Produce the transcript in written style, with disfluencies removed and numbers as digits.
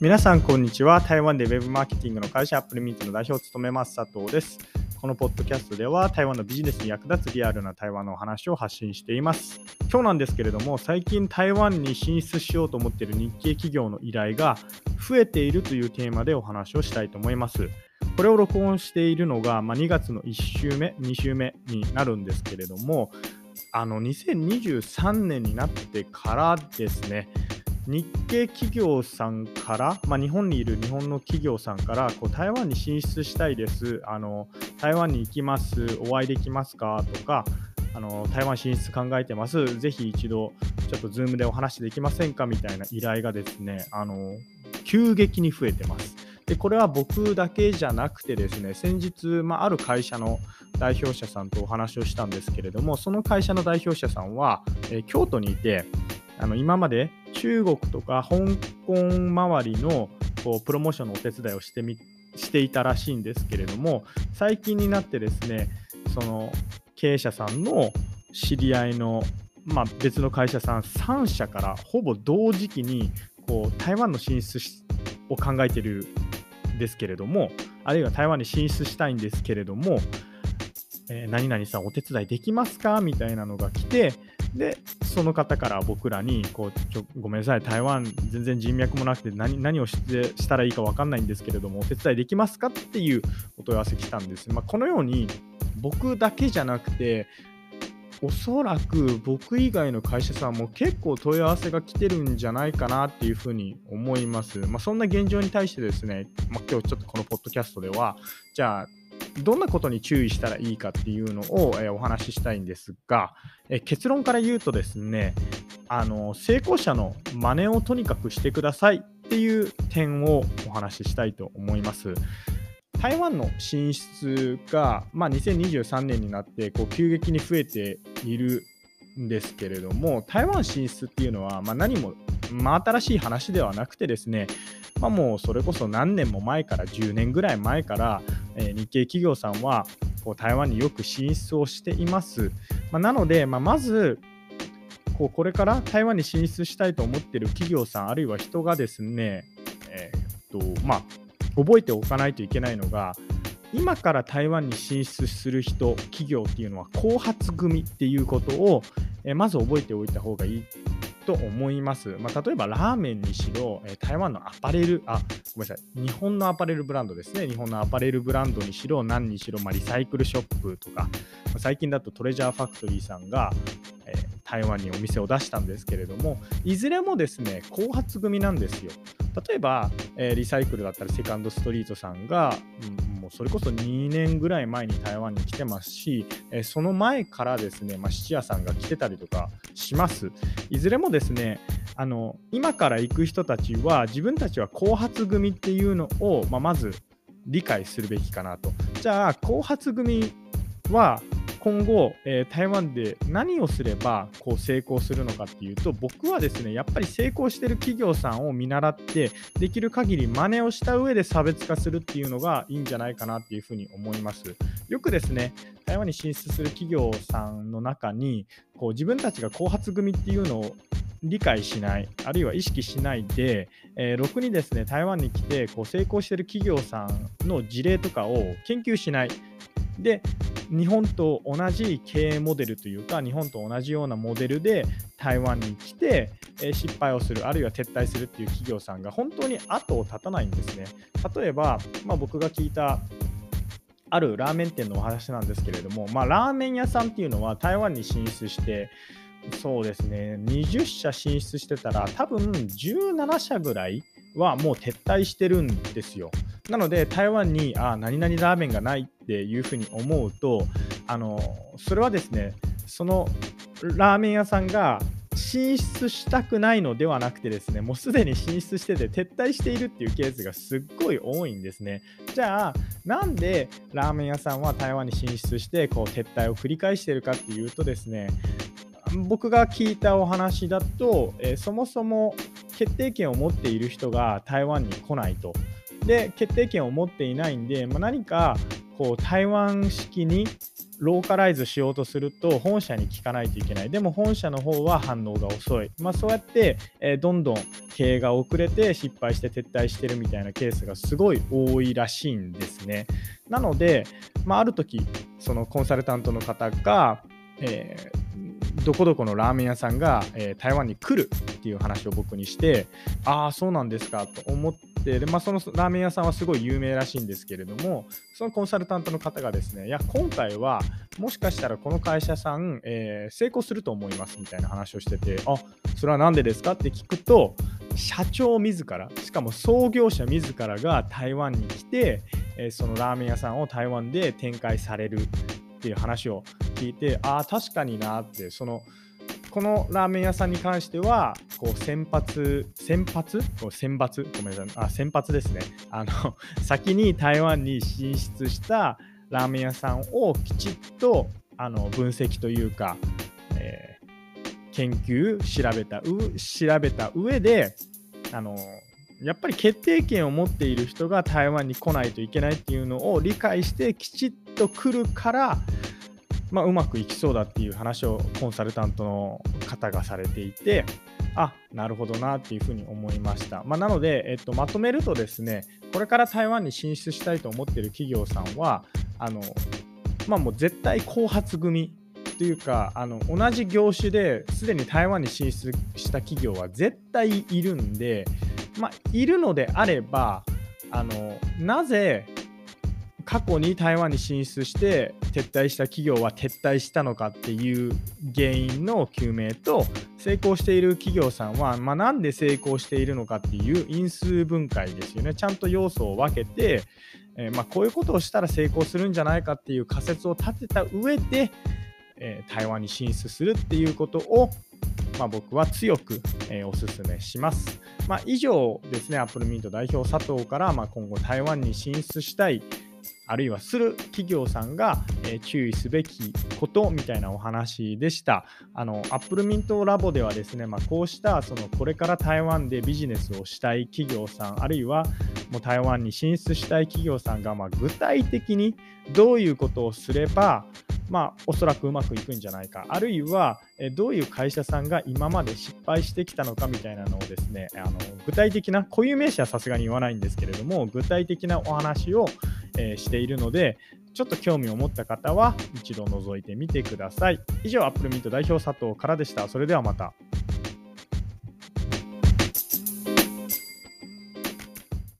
皆さんこんにちは。台湾でウェブマーケティングの会社アップルミントの代表を務めます佐藤です。このポッドキャストでは台湾のビジネスに役立つリアルな台湾のお話を発信しています。今日なんですけれども、最近台湾に進出しようと思っている日系企業の依頼が増えているというテーマでお話をしたいと思います。これを録音しているのが、2月の1週目2週目になるんですけれども、2023年になってからですね、日系企業さんから、日本にいる日本の企業さんから台湾に進出したいです、台湾に行きます、お会いできますかとか、台湾進出考えてます、ぜひ一度ちょっとズームでお話できませんかみたいな依頼がですね、急激に増えてます。でこれは僕だけじゃなくてですね、先日、ある会社の代表者さんとお話をしたんですけれども、その会社の代表者さんは、京都にいて、今まで中国とか香港周りのプロモーションのお手伝いをしていたらしいんですけれども、最近になってですね、その経営者さんの知り合いの、別の会社さん3社からほぼ同時期に台湾の進出を考えているんですけれども、あるいは台湾に進出したいんですけれども、何々さんお手伝いできますかみたいなのが来て、でその方から僕らにごめんなさい、台湾全然人脈もなくて何をしたらいいか分かんないんですけれども、お手伝いできますかっていうお問い合わせ来たんです。このように僕だけじゃなくて、おそらく僕以外の会社さんも結構問い合わせが来てるんじゃないかなっていうふうに思います。そんな現状に対してですね、今日ちょっとこのポッドキャストでは、じゃあどんなことに注意したらいいかっていうのを、お話ししたいんですが、結論から言うとですね、成功者の真似をとにかくしてくださいっていう点をお話ししたいと思います。台湾の進出が、2023年になって急激に増えているんですけれども、台湾進出っていうのは、何も新しい話ではなくてですね、もうそれこそ何年も前から10年ぐらい前から、日系企業さんは台湾によく進出をしています。なので、まずこれから台湾に進出したいと思っている企業さん、あるいは人がですね、覚えておかないといけないのが、今から台湾に進出する人、企業っていうのは後発組っていうことを、まず覚えておいた方がいいと思います。例えばラーメンにしろ、台湾のアパレル、ごめんなさい、日本のアパレルブランドですね。日本のアパレルブランドにしろ、何にしろ、リサイクルショップとか、最近だとトレジャーファクトリーさんが、台湾にお店を出したんですけれども、いずれもですね、後発組なんですよ。例えば、リサイクルだったらセカンドストリートさんが、もうそれこそ2年ぐらい前に台湾に来てますし、その前からですね、質屋さんが来てたりとかします。いずれもですね、今から行く人たちは自分たちは後発組っていうのを、まず理解するべきかなと。じゃあ後発組は今後、台湾で何をすれば成功するのかっていうと、僕はですね、やっぱり成功している企業さんを見習ってできる限り真似をした上で差別化するっていうのがいいんじゃないかなっていうふうに思います。よくですね、台湾に進出する企業さんの中に自分たちが後発組っていうのを理解しない、あるいは意識しないで、ろくにですね、台湾に来て成功している企業さんの事例とかを研究しないで、日本と同じ経営モデルというか、日本と同じようなモデルで台湾に来て、失敗をする、あるいは撤退するっていう企業さんが本当に後を絶たないんですね。例えば、僕が聞いたあるラーメン店のお話なんですけれども、ラーメン屋さんっていうのは台湾に進出して、そうですね、20社進出してたら多分17社ぐらいはもう撤退してるんですよ。なので台湾に何々ラーメンがないっていうふうに思うと、それはですね、そのラーメン屋さんが進出したくないのではなくてですね、もうすでに進出してて撤退しているっていうケースがすっごい多いんですね。じゃあなんでラーメン屋さんは台湾に進出して撤退を繰り返しているかっていうとですね、僕が聞いたお話だと、そもそも決定権を持っている人が台湾に来ないと。で決定権を持っていないんで、何か台湾式にローカライズしようとすると本社に聞かないといけない。でも本社の方は反応が遅い。そうやって、どんどん経営が遅れて失敗して撤退してるみたいなケースがすごい多いらしいんですね。なので、ある時そのコンサルタントの方が、どこどこのラーメン屋さんが、台湾に来るっていう話を僕にして、ああそうなんですかと思って、で、そのラーメン屋さんはすごい有名らしいんですけれども、そのコンサルタントの方がですね、いや今回はもしかしたらこの会社さん、成功すると思いますみたいな話をしてて、あ、それは何でですかって聞くと、社長自ら、しかも創業者自らが台湾に来て、そのラーメン屋さんを台湾で展開されるっていう話を聞いて、ああ確かになって、このラーメン屋さんに関してはこう先発ですね。先に台湾に進出したラーメン屋さんをきちっと分析というか、研究調べた上で、やっぱり決定権を持っている人が台湾に来ないといけないっていうのを理解してきちっと来るから、うまくいきそうだっていう話をコンサルタントの方がされていて、あ、なるほどなっていうふうに思いました。なので、まとめるとですね、これから台湾に進出したいと思っている企業さんは、もう絶対後発組というか、同じ業種ですでに台湾に進出した企業は絶対いるんで、いるのであれば、なぜ過去に台湾に進出して撤退した企業は撤退したのかっていう原因の究明と、成功している企業さんは、なんで成功しているのかっていう因数分解ですよね。ちゃんと要素を分けて、こういうことをしたら成功するんじゃないかっていう仮説を立てた上で、台湾に進出するっていうことを、僕は強く、お勧めします。以上ですね、アップルミント代表佐藤から、今後台湾に進出したい、あるいはする企業さんが、注意すべきことみたいなお話でした。アップルミントラボではですね、こうしたこれから台湾でビジネスをしたい企業さん、あるいはもう台湾に進出したい企業さんが、具体的にどういうことをすればおそらくうまくいくんじゃないか、あるいはどういう会社さんが今まで失敗してきたのかみたいなのをですね、具体的な固有名詞はさすがに言わないんですけれども、具体的なお話をしているので、ちょっと興味を持った方は一度覗いてみてください。以上、アップルミント代表佐藤からでした。それではまた。